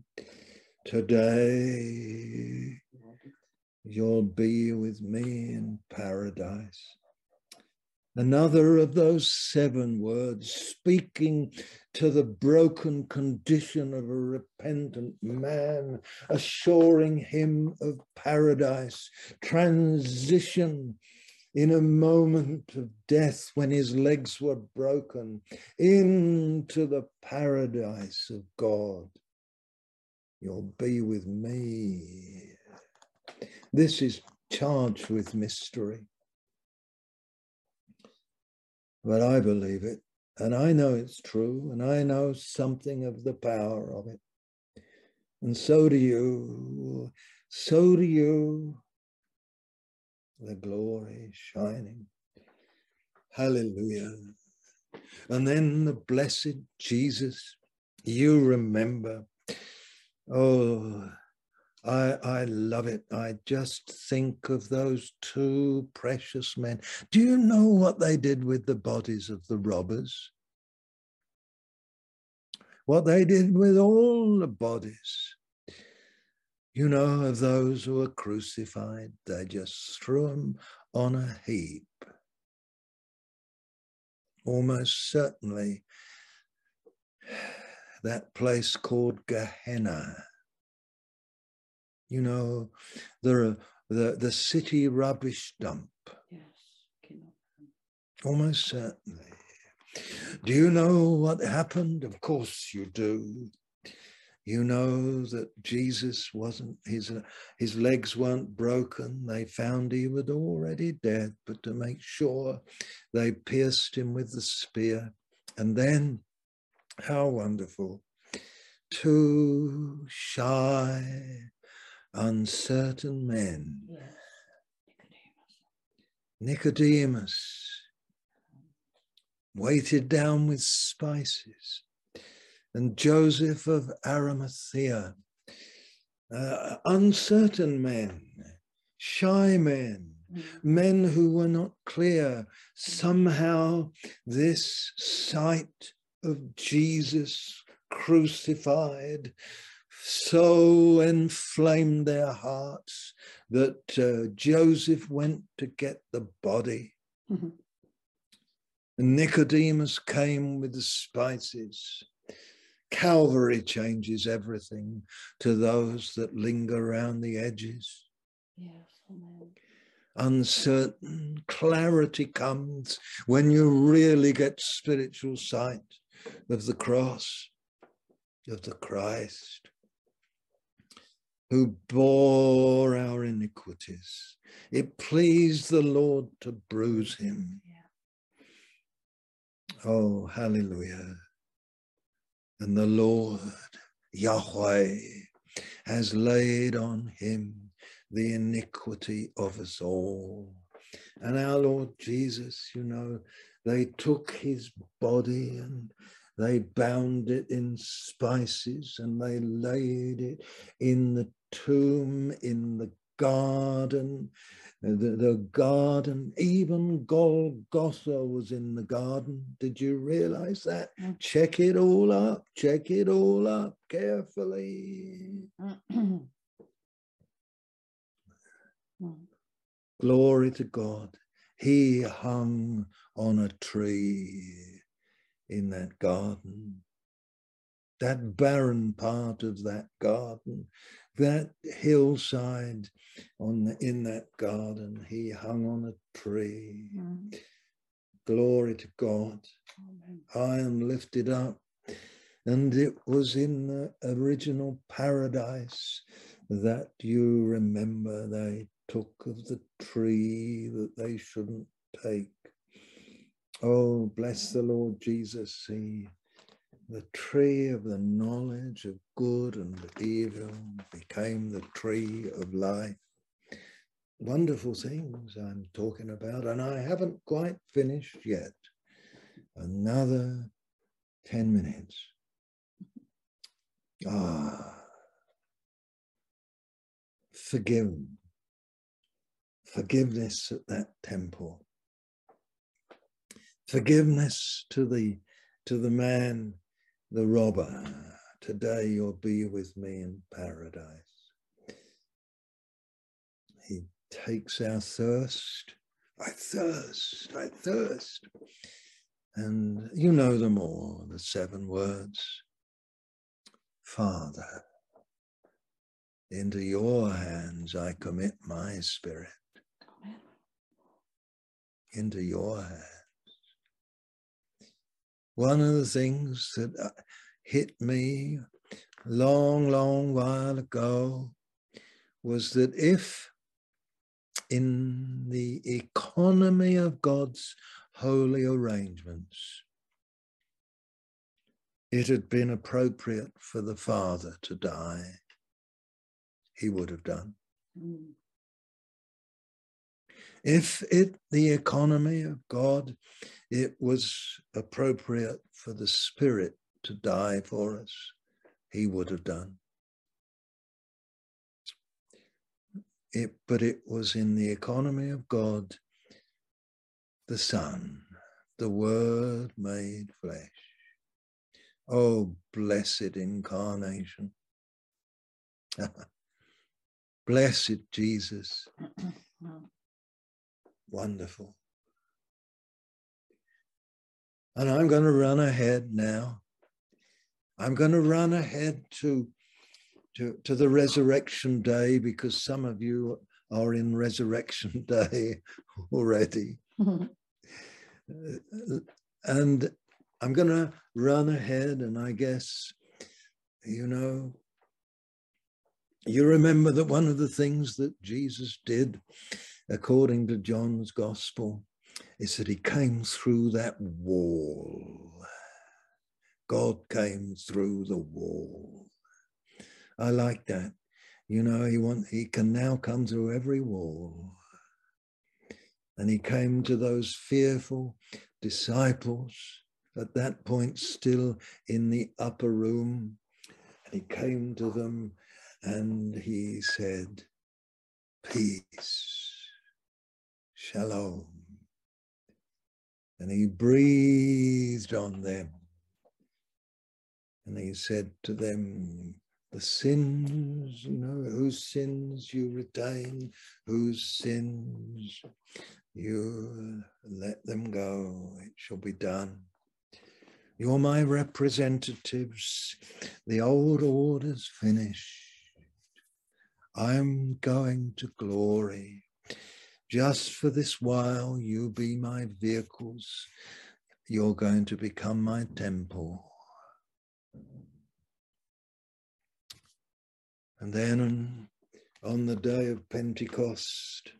Today, you'll be with me in paradise. Another of those seven words, speaking to the broken condition of a repentant man, assuring him of paradise, transition in a moment of death when his legs were broken into the paradise of God. You'll be with me. This is charged with mystery. But I believe it, and I know it's true, and I know something of the power of it. And so do you, so do you. The glory shining. Hallelujah. And then the blessed Jesus, you remember, oh, I, I love it. I just think of those two precious men. Do you know what they did with the bodies of the robbers? What they did with all the bodies, you know, of those who were crucified. They just threw them on a heap. Almost certainly that place called Gehenna. You know, the, the, the city rubbish dump. Yes. Almost certainly. Do you know what happened? Of course you do. You know that Jesus wasn't, his, his legs weren't broken. They found he was already dead, but to make sure, they pierced him with the spear. And then, how wonderful, two shy, uncertain men, Yes. Nicodemus, weighted down with spices, and Joseph of Arimathea, uh, uncertain men, shy men, mm. men who were not clear. Somehow this sight of Jesus crucified so inflamed their hearts that uh, Joseph went to get the body. Mm-hmm. And Nicodemus came with the spices. Calvary changes everything to those that linger around the edges. Yes, amen. Uncertain clarity comes when you really get spiritual sight of the cross, of the Christ, who bore our iniquities. It pleased the Lord to bruise him. Yeah. Oh, hallelujah. And the Lord, Yahweh, has laid on him the iniquity of us all. And our Lord Jesus, you know, they took his body and they bound it in spices and they laid it in the tomb, in the garden. The, the garden, even Golgotha was in the garden. Did you realize that? Mm. Check it all up. Check it all up carefully. Mm. Glory to God. He hung on a tree in that garden. That barren part of that garden, that hillside on the, in that garden, he hung on a tree. Mm. Glory to God. Amen. High and lifted up. And it was in the original paradise that you remember they took of the tree that they shouldn't take. Oh, bless the Lord Jesus. He The tree of the knowledge of good and evil became the tree of life. Wonderful things I'm talking about, and I haven't quite finished yet. Another ten minutes. Ah, forgive, forgiveness at that temple. Forgiveness to the to the man, the robber. Today you'll be with me in paradise. He takes our thirst. I thirst, I thirst. And you know them all, the seven words. Father, into your hands I commit my spirit. Into your hands. One of the things that hit me long, long while ago was that if in the economy of God's holy arrangements, it had been appropriate for the Father to die, he would have done. Mm. If it, the economy of God, it was appropriate for the Spirit to die for us, he would have done. it, but it was in the economy of God, the Son, the Word made flesh. Oh, blessed incarnation. Blessed Jesus. Wonderful. And I'm going to run ahead now. I'm going to run ahead to, to, to the resurrection day, because some of you are in resurrection day already. uh, and I'm going to run ahead, and I guess, you know, you remember that one of the things that Jesus did, according to John's Gospel, is that he came through that wall. God came through the wall. I like that. You know, he want, he can now come through every wall. And he came to those fearful disciples, at that point still in the upper room. And he came to them and he said, peace, shalom. And he breathed on them. And he said to them, the sins, you know, whose sins you retain, whose sins you let them go, it shall be done. You're my representatives. The old order's finished. I'm going to glory. Just for this while, you be my vehicles. You're going to become my temple. And then on the day of Pentecost,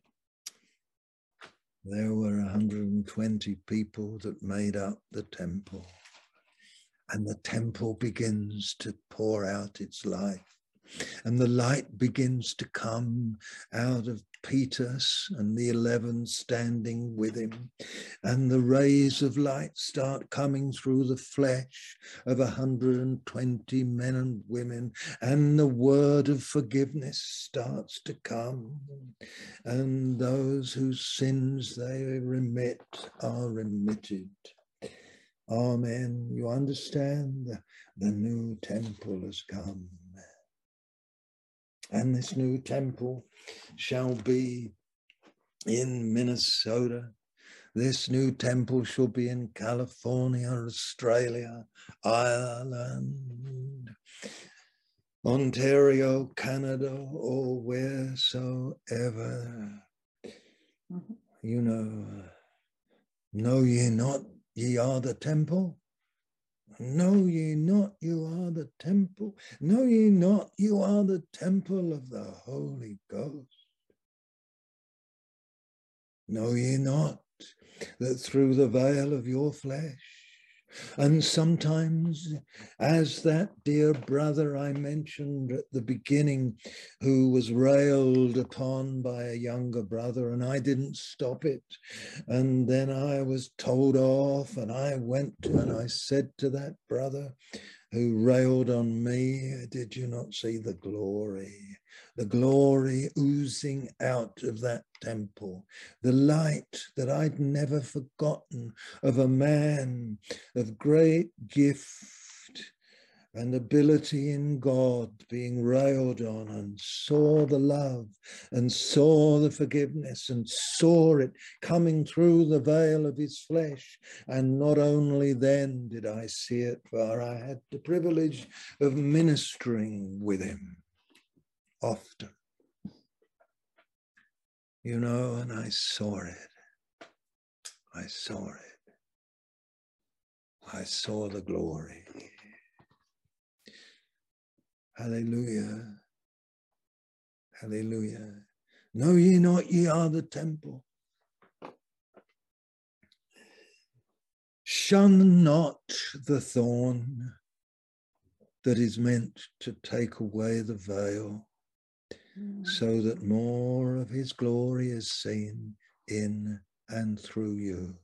there were one hundred twenty people that made up the temple. And the temple begins to pour out its light. And the light begins to come out of Peter and the eleven standing with him. And the rays of light start coming through the flesh of one hundred twenty men and women. And the word of forgiveness starts to come. And those whose sins they remit are remitted. Amen. You understand? The new temple has come. And this new temple shall be in Minnesota. This new temple shall be in California, Australia, Ireland, Ontario, Canada, or wheresoever. Mm-hmm. You know, know ye not ye are the temple? Know ye not you are the temple? Know ye not you are the temple of the Holy Ghost? Know ye not that through the veil of your flesh, and sometimes, as that dear brother I mentioned at the beginning, who was railed upon by a younger brother, and I didn't stop it, and then I was told off, and I went and I said to that brother who railed on me, did you not see the glory? The glory oozing out of that temple, the light that I'd never forgotten of a man of great gift and ability in God being railed on, and saw the love and saw the forgiveness and saw it coming through the veil of his flesh. And not only then did I see it, for I had the privilege of ministering with him often, you know, and I saw it. I saw it. I saw the glory. Hallelujah. Hallelujah. Know ye not ye are the temple? Shun not the thorn that is meant to take away the veil, so that more of his glory is seen in and through you.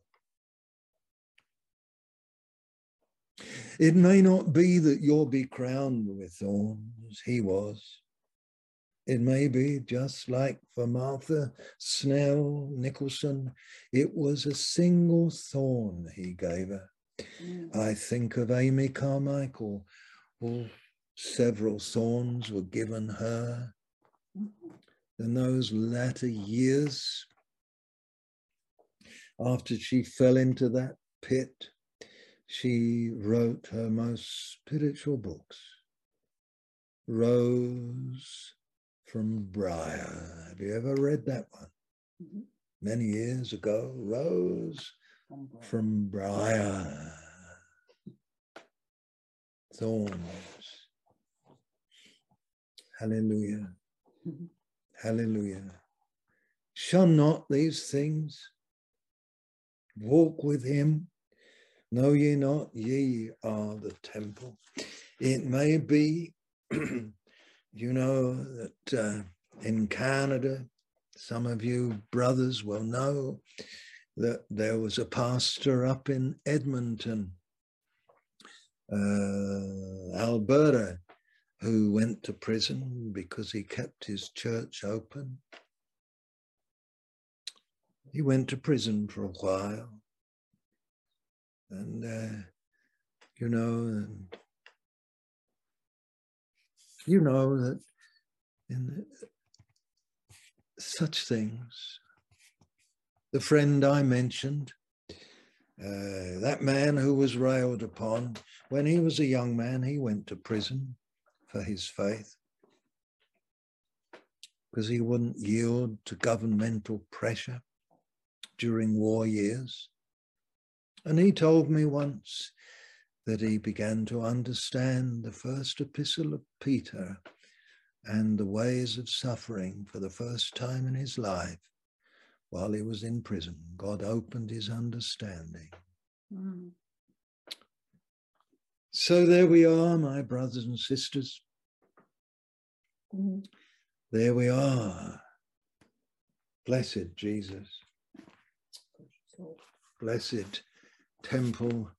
It may not be that you'll be crowned with thorns. He was. It may be just like for Martha Snell Nicholson, it was a single thorn he gave her. Mm. I think of Amy Carmichael, oh, several thorns were given her. Mm-hmm. In those latter years, after she fell into that pit, she wrote her most spiritual books. Rose from Briar. Have you ever read that one? Mm-hmm. Many years ago. Rose from Briar. From Briar. Thorns. Hallelujah. Mm-hmm. Hallelujah. Shall not these things walk with him? Know ye not, ye are the temple. It may be, you know, that uh, in Canada, some of you brothers will know that there was a pastor up in Edmonton, uh, Alberta, who went to prison because he kept his church open. He went to prison for a while. And, uh, you know, and you know that in such things, the friend I mentioned, uh, that man who was railed upon, when he was a young man, he went to prison for his faith because he wouldn't yield to governmental pressure during war years. And he told me once that he began to understand the first epistle of Peter and the ways of suffering for the first time in his life while he was in prison. God opened his understanding. Mm. So there we are, my brothers and sisters. Mm. There we are. Blessed Jesus. Blessed temple.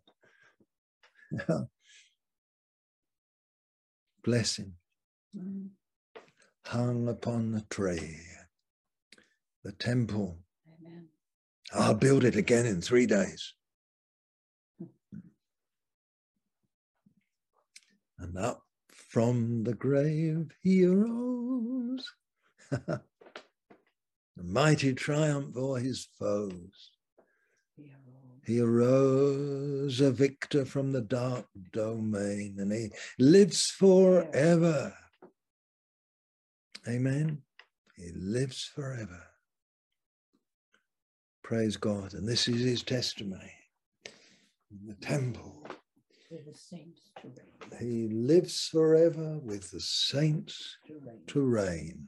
Blessing. Mm. Hung upon the tree. The temple. Amen. I'll build it again in three days. And up from the grave he arose. The mighty triumph o'er his foes. He arose. He arose a victor from the dark domain, and he lives forever. Amen. He lives forever. Praise God. And this is his testimony. In the temple. With the saints to reign. He lives forever with the saints to reign. To reign.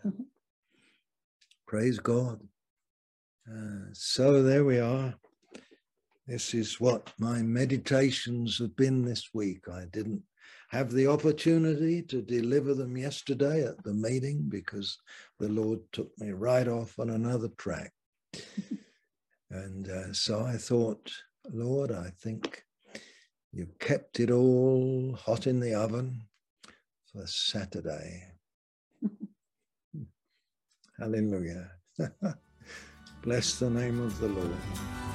Praise God. Uh, so there we are. This is what my meditations have been this week. I didn't have the opportunity to deliver them yesterday at the meeting because the Lord took me right off on another track. And uh, so I thought, Lord, I think you've kept it all hot in the oven for Saturday. Hallelujah. Bless the name of the Lord.